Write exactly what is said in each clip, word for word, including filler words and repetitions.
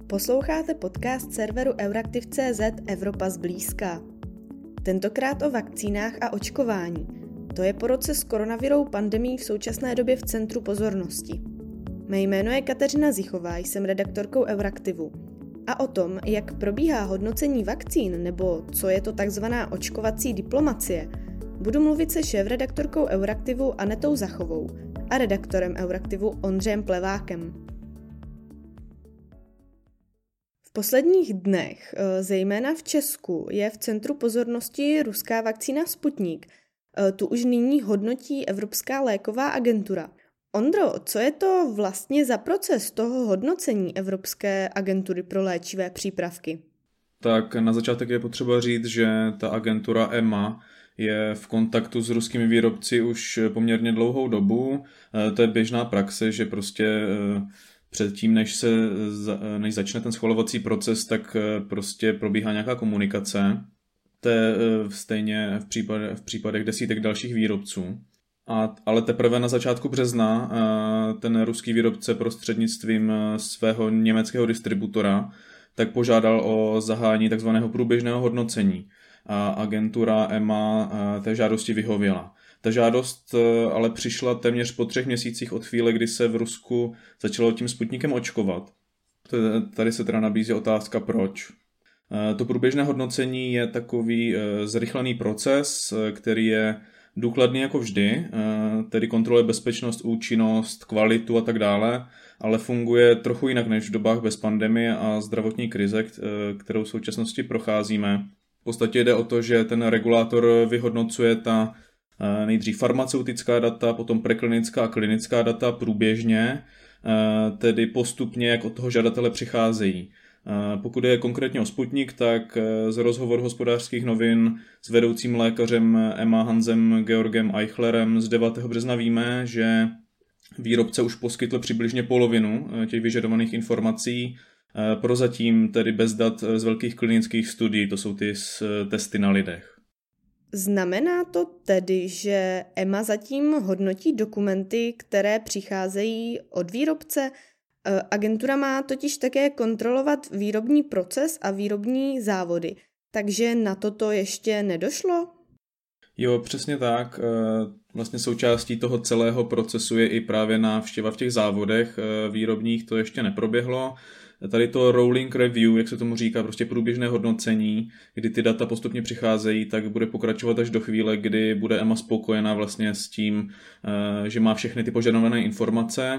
Posloucháte podcast serveru Euraktiv tečka cé zet Evropa zblízka. Tentokrát o vakcínách a očkování. To je po roce s koronavirovou pandemií v současné době v centru pozornosti. Mé jméno je Kateřina Zichová, jsem redaktorkou Euraktivu. A o tom, jak probíhá hodnocení vakcín nebo co je to takzvaná očkovací diplomacie, budu mluvit se šéfredaktorkou Euraktivu Anetou Zachovou a redaktorem Euraktivu Ondřejem Plevákem. V posledních dnech, zejména v Česku, je v centru pozornosti ruská vakcína Sputnik. Tu už nyní hodnotí Evropská léková agentura. Ondro, co je to vlastně za proces toho hodnocení Evropské agentury pro léčivé přípravky? Tak na začátek je potřeba říct, že ta agentura E M A je v kontaktu s ruskými výrobci už poměrně dlouhou dobu. To je běžná praxe, že prostě předtím, než se než začne ten schvalovací proces, tak prostě probíhá nějaká komunikace. To je stejně v, případe, v případech desítek dalších výrobců. A, ale teprve na začátku března ten ruský výrobce prostřednictvím svého německého distributora tak požádal o zahájení takzvaného průběžného hodnocení. A agentura E M A té žádosti vyhověla. Ta žádost ale přišla téměř po třech měsících od chvíle, kdy se v Rusku začalo tím Sputnikem očkovat. Tady se teda nabízí otázka proč. To průběžné hodnocení je takový zrychlený proces, který je důkladný jako vždy, tedy kontroluje bezpečnost, účinnost, kvalitu a tak dále, ale funguje trochu jinak než v dobách bez pandemie a zdravotní krize, kterou v současnosti procházíme. V podstatě jde o to, že ten regulátor vyhodnocuje ta nejdřív farmaceutická data, potom preklinická a klinická data průběžně, tedy postupně, jak od toho žadatele přicházejí. Pokud je konkrétně o Sputnik, tak z rozhovoru Hospodářských novin s vedoucím lékařem E M A Hansem Georgem Eichlerem z devátého března víme, že výrobce už poskytl přibližně polovinu těch vyžadovaných informací, prozatím tedy bez dat z velkých klinických studií, to jsou ty testy na lidech. Znamená to tedy, že E M A zatím hodnotí dokumenty, které přicházejí od výrobce? Agentura má totiž také kontrolovat výrobní proces a výrobní závody, takže na toto ještě nedošlo? Jo, přesně tak. Vlastně součástí toho celého procesu je i právě návštěva v těch závodech výrobních, to ještě neproběhlo. Tady to rolling review, jak se tomu říká, prostě průběžné hodnocení, kdy ty data postupně přicházejí, tak bude pokračovat až do chvíle, kdy bude E M A spokojená vlastně s tím, že má všechny ty požadované informace.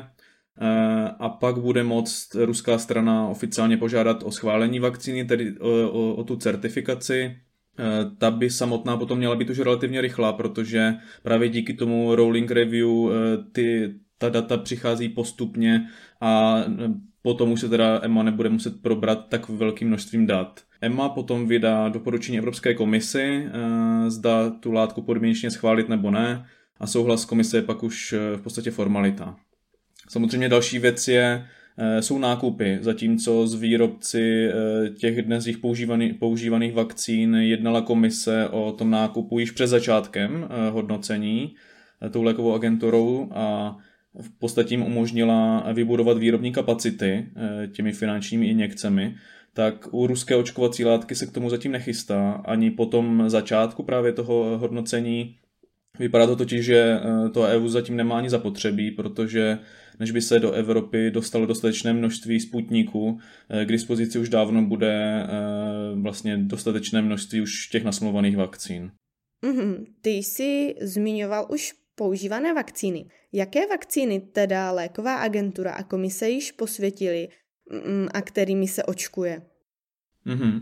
A pak bude moct ruská strana oficiálně požádat o schválení vakcíny, tedy o, o, o tu certifikaci. Ta by samotná potom měla být už relativně rychlá, protože právě díky tomu rolling review ty, ta data přichází postupně a potom už se teda E M A nebude muset probrat tak velkým množstvím dat. E M A potom vydá doporučení Evropské komisi, zda tu látku podmínečně schválit nebo ne, a souhlas komise je pak už v podstatě formalita. Samozřejmě další věc je, jsou nákupy, zatímco z výrobci těch dnes jich používaných, používaných vakcín jednala komise o tom nákupu již před začátkem hodnocení tou lékovou agenturou a v podstatě jim umožnila vybudovat výrobní kapacity těmi finančními injekcemi, tak u ruské očkovací látky se k tomu zatím nechystá. Ani po tom začátku právě toho hodnocení vypadá to totiž, že to E U zatím nemá ani zapotřebí, protože než by se do Evropy dostalo dostatečné množství Sputniků, k dispozici už dávno bude vlastně dostatečné množství už těch nasmluvaných vakcín. Mm-hmm. Ty jsi zmiňoval už používané vakcíny. Jaké vakcíny teda léková agentura a komise již posvětily a kterými se očkuje? Mm-hmm.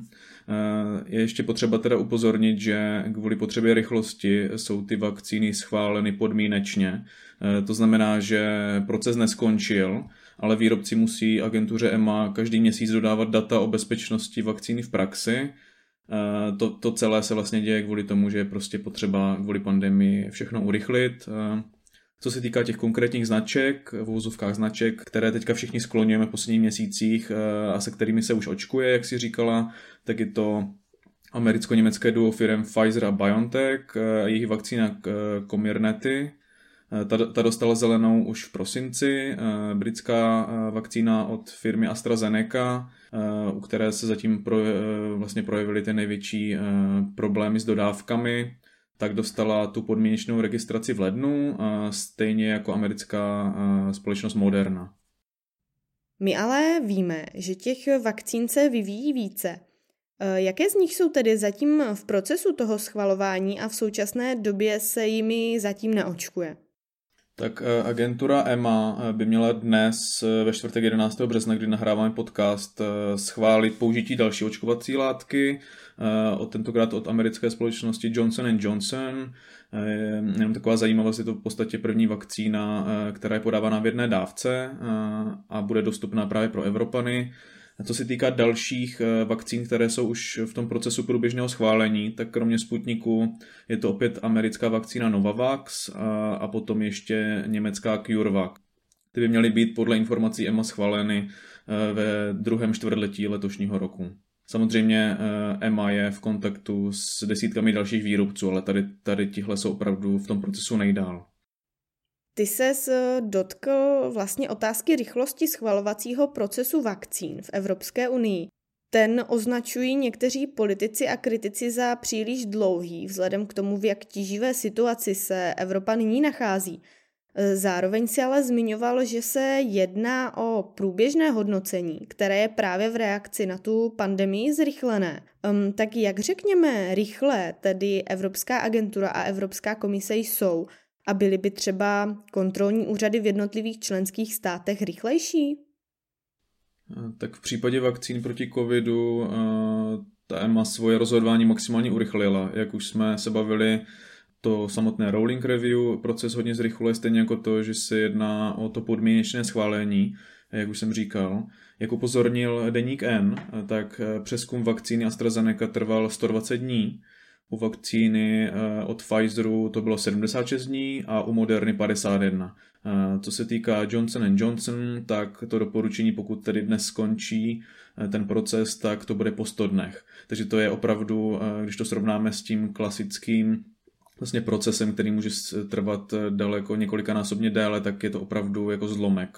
Je ještě potřeba teda upozornit, že kvůli potřebě rychlosti jsou ty vakcíny schváleny podmínečně. To znamená, že proces neskončil, ale výrobci musí agentuře E M A každý měsíc dodávat data o bezpečnosti vakcíny v praxi. To, to celé se vlastně děje kvůli tomu, že je prostě potřeba kvůli pandemii všechno urychlit. Co se týká těch konkrétních značek, v uvozovkách značek, které teďka všichni skloňujeme v posledních měsících a se kterými se už očkuje, jak si říkala, tak je to americko-německé duo firem Pfizer a BioNTech, jejich vakcína Comirnaty, Ta, ta dostala zelenou už v prosinci, britská vakcína od firmy AstraZeneca, u které se zatím pro, vlastně projevily ty největší problémy s dodávkami, tak dostala tu podmínečnou registraci v lednu, stejně jako americká společnost Moderna. My ale víme, že těch vakcín se vyvíjí více. Jaké z nich jsou tedy zatím v procesu toho schvalování a v současné době se jimi zatím neočkuje? Tak agentura E M A by měla dnes ve čtvrtek jedenáctého března, kdy nahráváme podcast, schválit použití další očkovací látky, od tentokrát od americké společnosti Johnson and Johnson. Jenom taková zajímavost, je to v podstatě první vakcína, která je podávána v jedné dávce a bude dostupná právě pro Evropany. Co se týká dalších vakcín, které jsou už v tom procesu průběžného schválení, tak kromě Sputniku je to opět americká vakcína Novavax a, a potom ještě německá CureVac. Ty by měly být podle informací E M A schváleny ve druhém čtvrtletí letošního roku. Samozřejmě E M A je v kontaktu s desítkami dalších výrobců, ale tady, tady tihle jsou opravdu v tom procesu nejdál. Ty ses dotkl vlastně otázky rychlosti schvalovacího procesu vakcín v Evropské unii. Ten označují někteří politici a kritici za příliš dlouhý, vzhledem k tomu, v jak tíživé situaci se Evropa nyní nachází. Zároveň si ale zmiňoval, že se jedná o průběžné hodnocení, které je právě v reakci na tu pandemii zrychlené. Um, tak jak řekněme rychle, tedy Evropská agentura a Evropská komise jsou, a byly by třeba kontrolní úřady v jednotlivých členských státech rychlejší? Tak v případě vakcín proti covidu ta E M A svoje rozhodování maximálně urychlila. Jak už jsme se bavili, to samotné rolling review proces hodně zrychluje, stejně jako to, že se jedná o to podmínečné schválení, jak už jsem říkal. Jak upozornil deník N, tak přezkum vakcíny AstraZeneca trval sto dvacet dní, u vakcíny od Pfizeru to bylo sedmdesát šest dní a u Moderny padesát jedna. Co se týká Johnson and Johnson, tak to doporučení, pokud tedy dnes skončí ten proces, tak to bude po sto dnech. Takže to je opravdu, když to srovnáme s tím klasickým vlastně procesem, který může trvat daleko několikanásobně déle, tak je to opravdu jako zlomek.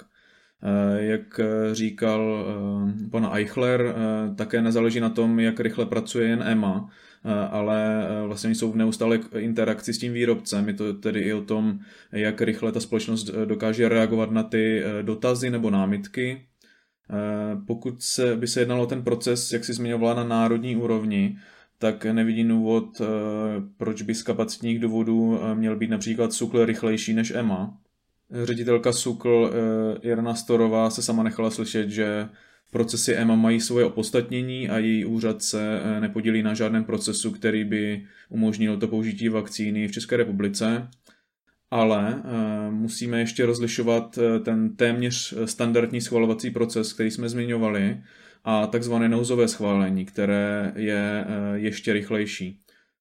Jak říkal pan Eichler, také nezáleží na tom, jak rychle pracuje jen E M A, ale vlastně jsou v neustále interakci s tím výrobcem. Je to tedy i o tom, jak rychle ta společnost dokáže reagovat na ty dotazy nebo námitky. Pokud se, by se jednalo o ten proces, jak si zmiňovala, na národní úrovni, tak nevidím důvod, proč by z kapacitních důvodů měl být například SÚKL rychlejší než E M A. Ředitelka SÚKL Irena Storová se sama nechala slyšet, že procesy E M A mají svoje opodstatnění a její úřad se nepodílí na žádném procesu, který by umožnil to použití vakcíny v České republice. Ale musíme ještě rozlišovat ten téměř standardní schvalovací proces, který jsme zmiňovali, a takzvané nouzové schválení, které je ještě rychlejší.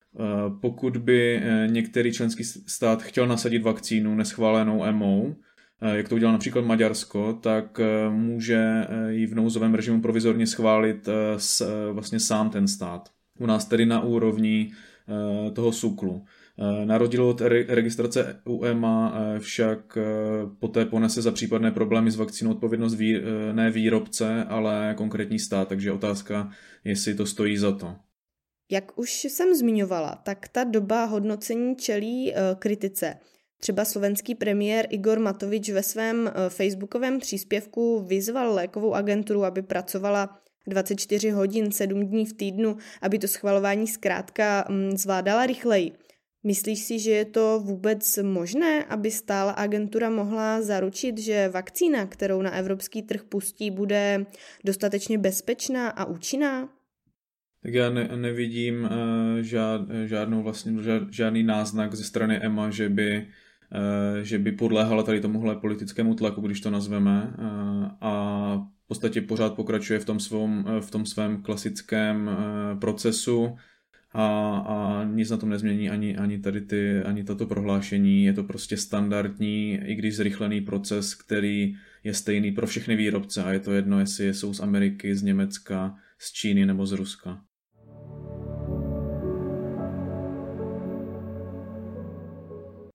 Pokud by některý členský stát chtěl nasadit vakcínu neschválenou E M O, jak to udělal například Maďarsko, tak může ji v nouzovém režimu provizorně schválit vlastně sám ten stát. U nás tedy na úrovni toho SÚKLu. Na rozdíl od registrace u E M A však poté ponese za případné problémy s vakcínou odpovědnost vý, ne výrobce, ale konkrétní stát, takže otázka, jestli to stojí za to. Jak už jsem zmiňovala, tak ta doba hodnocení čelí kritice. Třeba slovenský premiér Igor Matovič ve svém facebookovém příspěvku vyzval lékovou agenturu, aby pracovala dvacet čtyři hodin, sedm dní v týdnu, aby to schvalování zkrátka zvládala rychleji. Myslíš si, že je to vůbec možné, aby stála agentura mohla zaručit, že vakcína, kterou na evropský trh pustí, bude dostatečně bezpečná a účinná? Tak já ne, nevidím uh, žád, žádnou vlastně, žád, žádný náznak ze strany E M A, že by, uh, že by podléhala tady tomuhle politickému tlaku, když to nazveme, uh, a v podstatě pořád pokračuje v tom, svém, v tom svém klasickém uh, procesu a, a nic na tom nezmění ani, ani tady ty, ani tato prohlášení. Je to prostě standardní, i když zrychlený proces, který je stejný pro všechny výrobce a je to jedno, jestli jsou z Ameriky, z Německa, z Číny nebo z Ruska.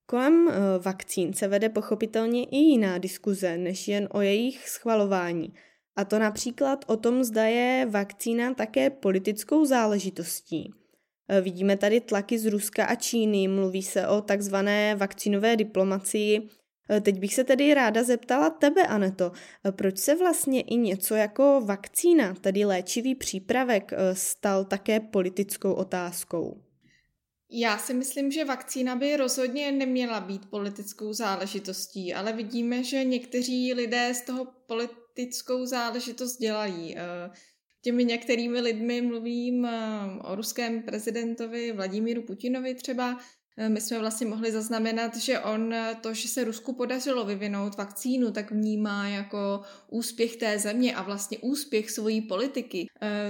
Kolem vakcín se vede pochopitelně i jiná diskuze, než jen o jejich schvalování. A to například o tom, zda je vakcína také politickou záležitostí. Vidíme tady tlaky z Ruska a Číny, mluví se o takzvané vakcínové diplomacii. Teď bych se tedy ráda zeptala tebe, Aneto, proč se vlastně i něco jako vakcína, tedy léčivý přípravek, stal také politickou otázkou? Já si myslím, že vakcína by rozhodně neměla být politickou záležitostí, ale vidíme, že někteří lidé z toho politickou záležitost dělají. Těmi některými lidmi mluvím o ruském prezidentovi Vladimíru Putinovi třeba. My jsme vlastně mohli zaznamenat, že on to, že se Rusku podařilo vyvinout vakcínu, tak vnímá jako úspěch té země a vlastně úspěch svojí politiky,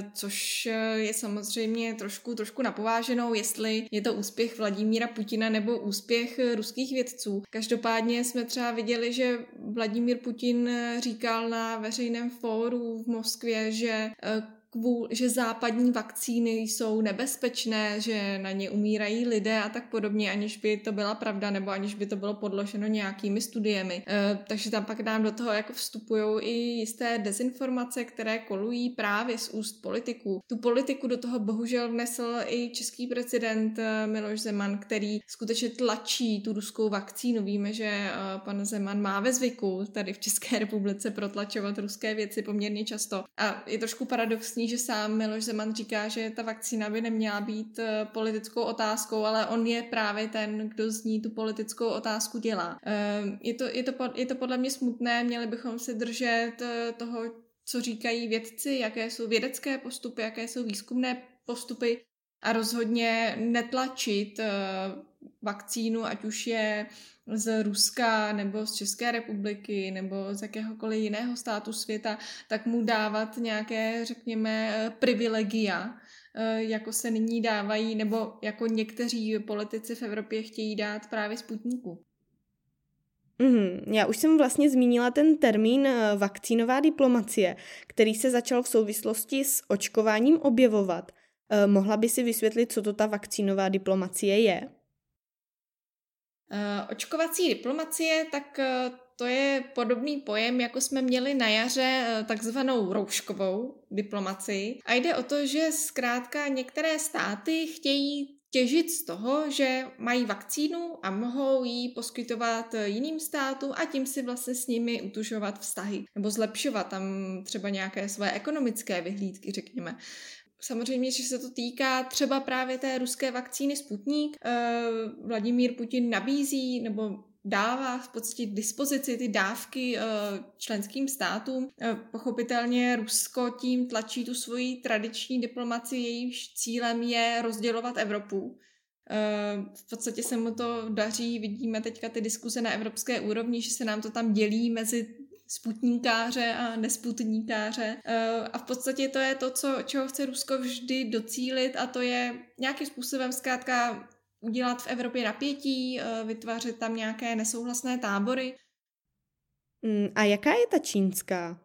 což je samozřejmě trošku, trošku napováženou, jestli je to úspěch Vladimíra Putina nebo úspěch ruských vědců. Každopádně jsme třeba viděli, že Vladimír Putin říkal na veřejném fóru v Moskvě, že Kvůl, že západní vakcíny jsou nebezpečné, že na ně umírají lidé a tak podobně, aniž by to byla pravda nebo aniž by to bylo podloženo nějakými studiemi. E, takže tam pak nám do toho jako vstupují i jisté dezinformace, které kolují právě z úst politiků. Tu politiku do toho bohužel vnesl i český prezident Miloš Zeman, který skutečně tlačí tu ruskou vakcínu. Víme, že pan Zeman má ve zvyku tady v České republice protlačovat ruské věci poměrně často. A je trošku paradoxní, že sám Miloš Zeman říká, že ta vakcína by neměla být politickou otázkou, ale on je právě ten, kdo z ní tu politickou otázku dělá. Je to, je to, je to podle mě smutné, měli bychom se držet toho, co říkají vědci, jaké jsou vědecké postupy, jaké jsou výzkumné postupy a rozhodně netlačit vakcínu, ať už je z Ruska nebo z České republiky nebo z jakéhokoliv jiného státu světa, tak mu dávat nějaké, řekněme, privilegia, jako se nyní dávají, nebo jako někteří politici v Evropě chtějí dát právě Sputniku. Mm, já už jsem vlastně zmínila ten termín vakcínová diplomacie, který se začal v souvislosti s očkováním objevovat. Mohla by si vysvětlit, co to ta vakcínová diplomacie je? Očkovací diplomacie, tak to je podobný pojem, jako jsme měli na jaře takzvanou rouškovou diplomacii. A jde o to, že zkrátka některé státy chtějí těžit z toho, že mají vakcínu a mohou ji poskytovat jiným státům a tím si vlastně s nimi utužovat vztahy nebo zlepšovat tam třeba nějaké své ekonomické vyhlídky, řekněme. Samozřejmě, že se to týká třeba právě té ruské vakcíny Sputnik. Vladimír Putin nabízí nebo dává v podstatě k dispozici ty dávky členským státům. Pochopitelně Rusko tím tlačí tu svoji tradiční diplomacii, jejíž cílem je rozdělovat Evropu. V podstatě se mu to daří, vidíme teďka ty diskuze na evropské úrovni, že se nám to tam dělí mezi sputníkáře a nesputníkáře. A v podstatě to je to, co, čeho chce Rusko vždy docílit, a to je nějakým způsobem zkrátka udělat v Evropě napětí, vytvářet tam nějaké nesouhlasné tábory. A jaká je ta čínská?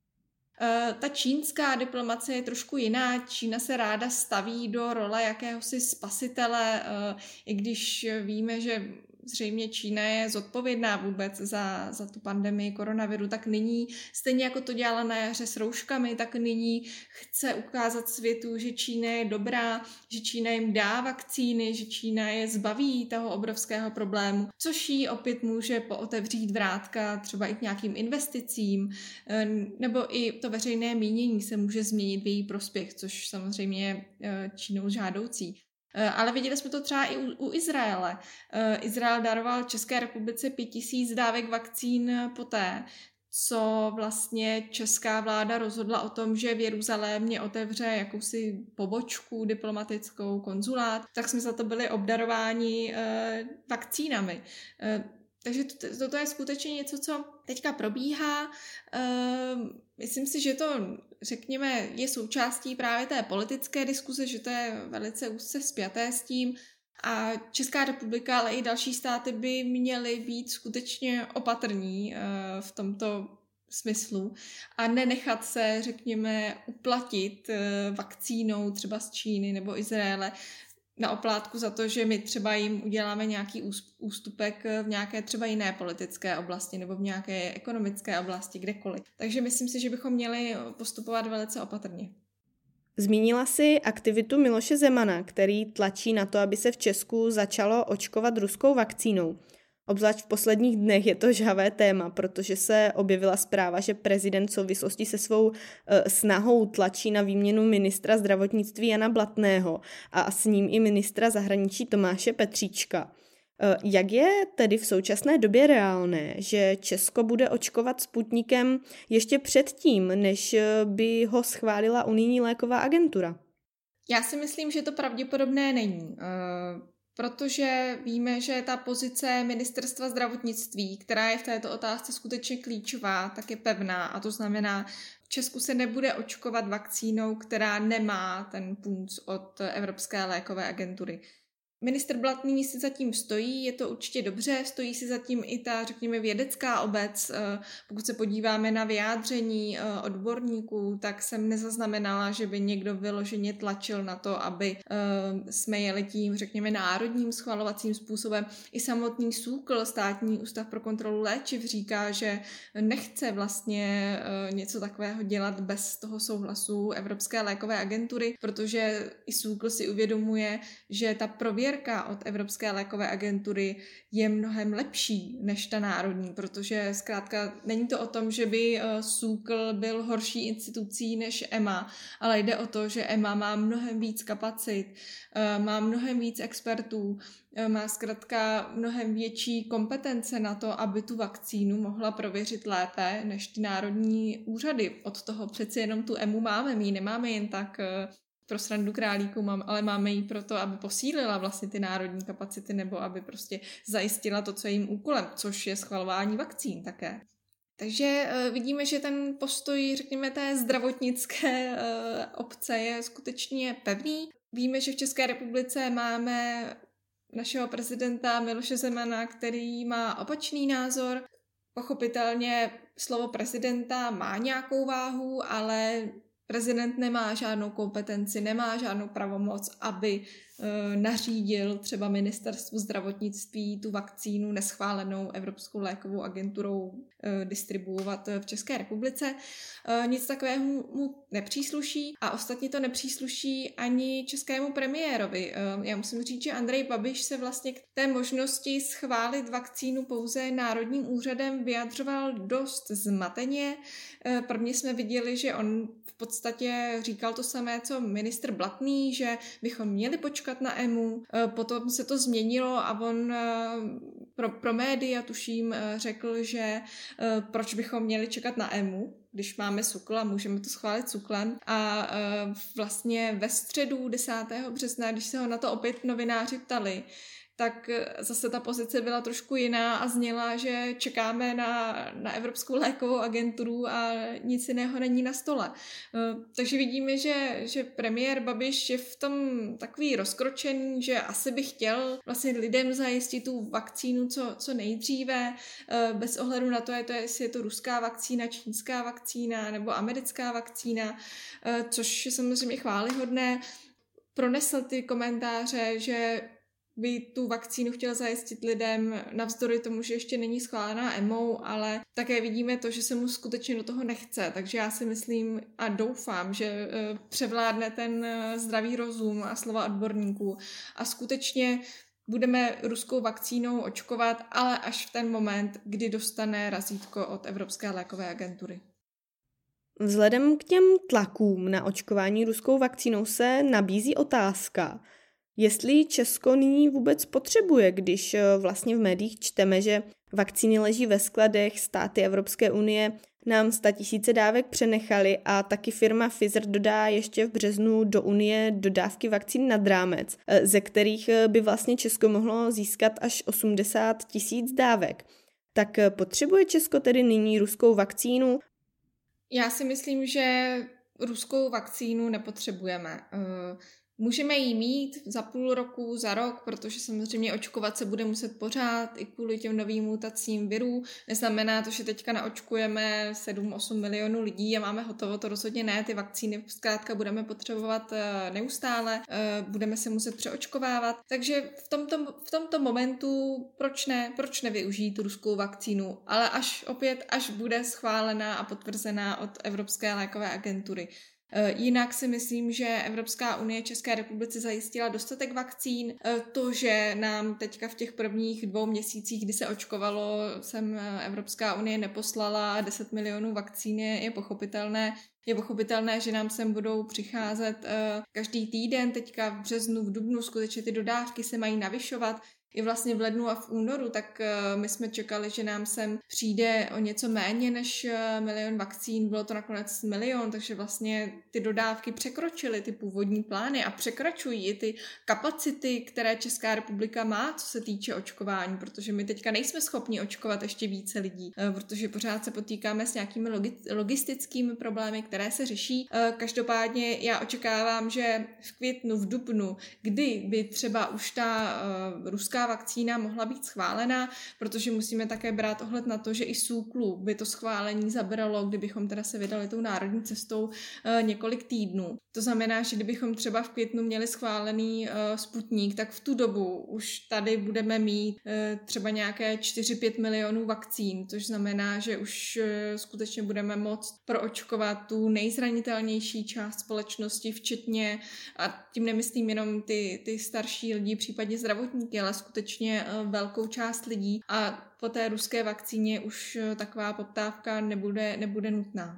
Ta čínská diplomacie je trošku jiná. Čína se ráda staví do role jakéhosi spasitele, i když víme, že zřejmě Čína je zodpovědná vůbec za, za tu pandemii koronaviru, tak nyní, stejně jako to dělala na jaře s rouškami, tak nyní chce ukázat světu, že Čína je dobrá, že Čína jim dá vakcíny, že Čína je zbaví toho obrovského problému, což jí opět může pootevřít vrátka třeba i k nějakým investicím, nebo i to veřejné mínění se může změnit v její prospěch, což samozřejmě je Čínou žádoucí. Ale viděli jsme to třeba i u, u Izraele. Izrael daroval České republice pět tisíc dávek vakcín poté, co vlastně česká vláda rozhodla o tom, že v Jeruzalémě otevře jakousi pobočku diplomatickou, konzulát, tak jsme za to byli obdarováni eh, vakcínami. Eh, takže to, toto je skutečně něco, co teďka probíhá. Eh, myslím si, že to, řekněme, je součástí právě té politické diskuze, že to je velice úzce spjaté s tím. A Česká republika, ale i další státy by měly být skutečně opatrní v tomto smyslu a nenechat se, řekněme, uplatit vakcínou třeba z Číny nebo Izraele. na oplátku za to, že my třeba jim uděláme nějaký ústupek v nějaké třeba jiné politické oblasti nebo v nějaké ekonomické oblasti, kdekoliv. Takže myslím si, že bychom měli postupovat velice opatrně. Zmínila si aktivitu Miloše Zemana, který tlačí na to, aby se v Česku začalo očkovat ruskou vakcínou. Obzvlášť v posledních dnech je to žhavé téma, protože se objevila zpráva, že prezident v souvislosti se svou e, snahou tlačí na výměnu ministra zdravotnictví Jana Blatného a s ním i ministra zahraničí Tomáše Petříčka. E, jak je tedy v současné době reálné, že Česko bude očkovat Sputnikem ještě předtím, než by ho schválila unijní léková agentura? Já si myslím, že to pravděpodobné není. Uh... Protože víme, že ta pozice ministerstva zdravotnictví, která je v této otázce skutečně klíčová, tak je pevná a to znamená, v Česku se nebude očkovat vakcínou, která nemá ten punc od Evropské lékové agentury. Ministr Blatný si zatím stojí, je to určitě dobře, stojí si zatím i ta, řekněme, vědecká obec. Pokud se podíváme na vyjádření odborníků, tak jsem nezaznamenala, že by někdo vyloženě tlačil na to, aby jsme jeli tím, řekněme, národním schvalovacím způsobem. I samotný SÚKL, Státní ústav pro kontrolu léčiv, říká, že nechce vlastně něco takového dělat bez toho souhlasu Evropské lékové agentury, protože i SÚKL si uvědomuje, že ta prověrka od Evropské lékové agentury je mnohem lepší než ta národní, protože zkrátka není to o tom, že by SÚKL byl horší institucí než E M A, ale jde o to, že E M A má mnohem víc kapacit, má mnohem víc expertů, má zkrátka mnohem větší kompetence na to, aby tu vakcínu mohla prověřit lépe než ty národní úřady. Od toho přeci jenom tu E M U máme, my ji nemáme jen tak pro srandu králíků, ale máme ji proto, aby posílila vlastně ty národní kapacity nebo aby prostě zajistila to, co je jejím úkolem, což je schvalování vakcín také. Takže uh, vidíme, že ten postoj, řekněme, té zdravotnické uh, obce je skutečně pevný. Víme, že v České republice máme našeho prezidenta Miloše Zemana, který má opačný názor. Pochopitelně slovo prezidenta má nějakou váhu, ale prezident nemá žádnou kompetenci, nemá žádnou pravomoc, aby e, nařídil třeba ministerstvu zdravotnictví tu vakcínu neschválenou Evropskou lékovou agenturou e, distribuovat v České republice. E, nic takového mu nepřísluší a ostatně to nepřísluší ani českému premiérovi. E, já musím říct, že Andrej Babiš se vlastně k té možnosti schválit vakcínu pouze Národním úřadem vyjadřoval dost zmateně. E, prvně jsme viděli, že on v podstatě říkal to samé, co ministr Blatný, že bychom měli počkat na E M U. Potom se to změnilo a on pro, pro média, tuším, řekl, že proč bychom měli čekat na E M U, když máme SÚKL a můžeme to schválit SÚKLem. A vlastně ve středu desátého března, když se ho na to opět novináři ptali, tak zase ta pozice byla trošku jiná a zněla, že čekáme na, na Evropskou lékovou agenturu a nic jiného není na stole. Takže vidíme, že, že premiér Babiš je v tom takový rozkročený, že asi by chtěl vlastně lidem zajistit tu vakcínu co, co nejdříve, bez ohledu na to, je to, jestli je to ruská vakcína, čínská vakcína nebo americká vakcína, což je samozřejmě chvályhodné. Pronesl ty komentáře, že by tu vakcínu chtěl zajistit lidem navzdory tomu, že ještě není schválená E M O, ale také vidíme to, že se mu skutečně do toho nechce. Takže já si myslím a doufám, že převládne ten zdravý rozum a slova odborníků a skutečně budeme ruskou vakcínou očkovat, ale až v ten moment, kdy dostane razítko od Evropské lékové agentury. Vzhledem k těm tlakům na očkování ruskou vakcínou se nabízí otázka, jestli Česko nyní vůbec potřebuje, když vlastně v médiích čteme, že vakcíny leží ve skladech, státy Evropské unie nám statisíce dávek přenechaly a taky firma Pfizer dodá ještě v březnu do Unie dodávky vakcín nad rámec, ze kterých by vlastně Česko mohlo získat až osmdesát tisíc dávek. Tak potřebuje Česko tedy nyní ruskou vakcínu? Já si myslím, že ruskou vakcínu nepotřebujeme. Můžeme ji mít za půl roku, za rok, protože samozřejmě očkovat se bude muset pořád i kvůli těm novým mutacím virů. Neznamená to, že teďka naočkujeme sedm osm milionů lidí a máme hotovo, to rozhodně ne. Ty vakcíny zkrátka budeme potřebovat neustále, budeme se muset přeočkovávat. Takže v tomto, v tomto momentu proč ne, proč nevyužít tu ruskou vakcínu, ale až opět, až bude schválená a potvrzená od Evropské lékové agentury. Jinak si myslím, že Evropská unie České republice zajistila dostatek vakcín. To, že nám teďka v těch prvních dvou měsících, kdy se očkovalo, sem Evropská unie neposlala deset milionů vakcín, je pochopitelné. Je pochopitelné, že nám sem budou přicházet každý týden, teďka v březnu, v dubnu, skutečně ty dodávky se mají navyšovat. I vlastně v lednu a v únoru, tak my jsme čekali, že nám sem přijde o něco méně než milion vakcín, bylo to nakonec milion, takže vlastně ty dodávky překročily ty původní plány a překračují i ty kapacity, které Česká republika má, co se týče očkování, protože my teďka nejsme schopni očkovat ještě více lidí, protože pořád se potýkáme s nějakými logistickými problémy, které se řeší. Každopádně já očekávám, že v květnu, v dubnu, kdy by třeba už ta ruská vakcína mohla být schválená, protože musíme také brát ohled na to, že i SÚKLu by to schválení zabralo, kdybychom teda se vydali tou národní cestou e, několik týdnů. To znamená, že kdybychom třeba v květnu měli schválený e, Sputnik, tak v tu dobu už tady budeme mít e, třeba nějaké čtyři pět milionů vakcín, což znamená, že už e, skutečně budeme moct proočkovat tu nejzranitelnější část společnosti, včetně, a tím nemyslím jenom ty, ty starší lidi, případně zdravotníky, ale skutečně velkou část lidí a po té ruské vakcíně už taková poptávka nebude, nebude nutná.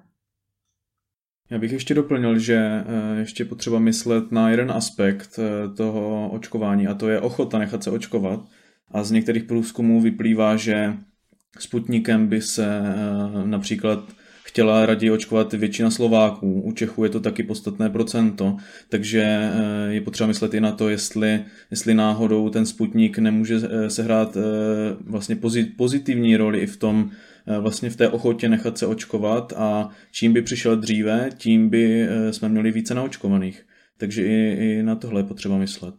Já bych ještě doplnil, že ještě potřeba myslet na jeden aspekt toho očkování a to je ochota nechat se očkovat. A z některých průzkumů vyplývá, že Sputnikem by se například chtěla raději očkovat většina Slováků. U Čechů je to taky podstatné procento, takže je potřeba myslet i na to, jestli, jestli náhodou ten Sputnik nemůže sehrát vlastně pozitivní roli i v tom, vlastně v té ochotě nechat se očkovat a čím by přišel dříve, tím by jsme měli více naočkovaných. Takže i, i na tohle je potřeba myslet.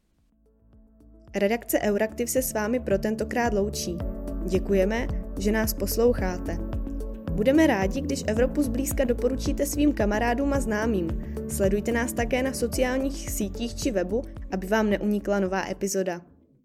Redakce Euraktiv se s vámi pro tentokrát loučí. Děkujeme, že nás posloucháte. Budeme rádi, když Evropu zblízka doporučíte svým kamarádům a známým. Sledujte nás také na sociálních sítích či webu, aby vám neunikla nová epizoda.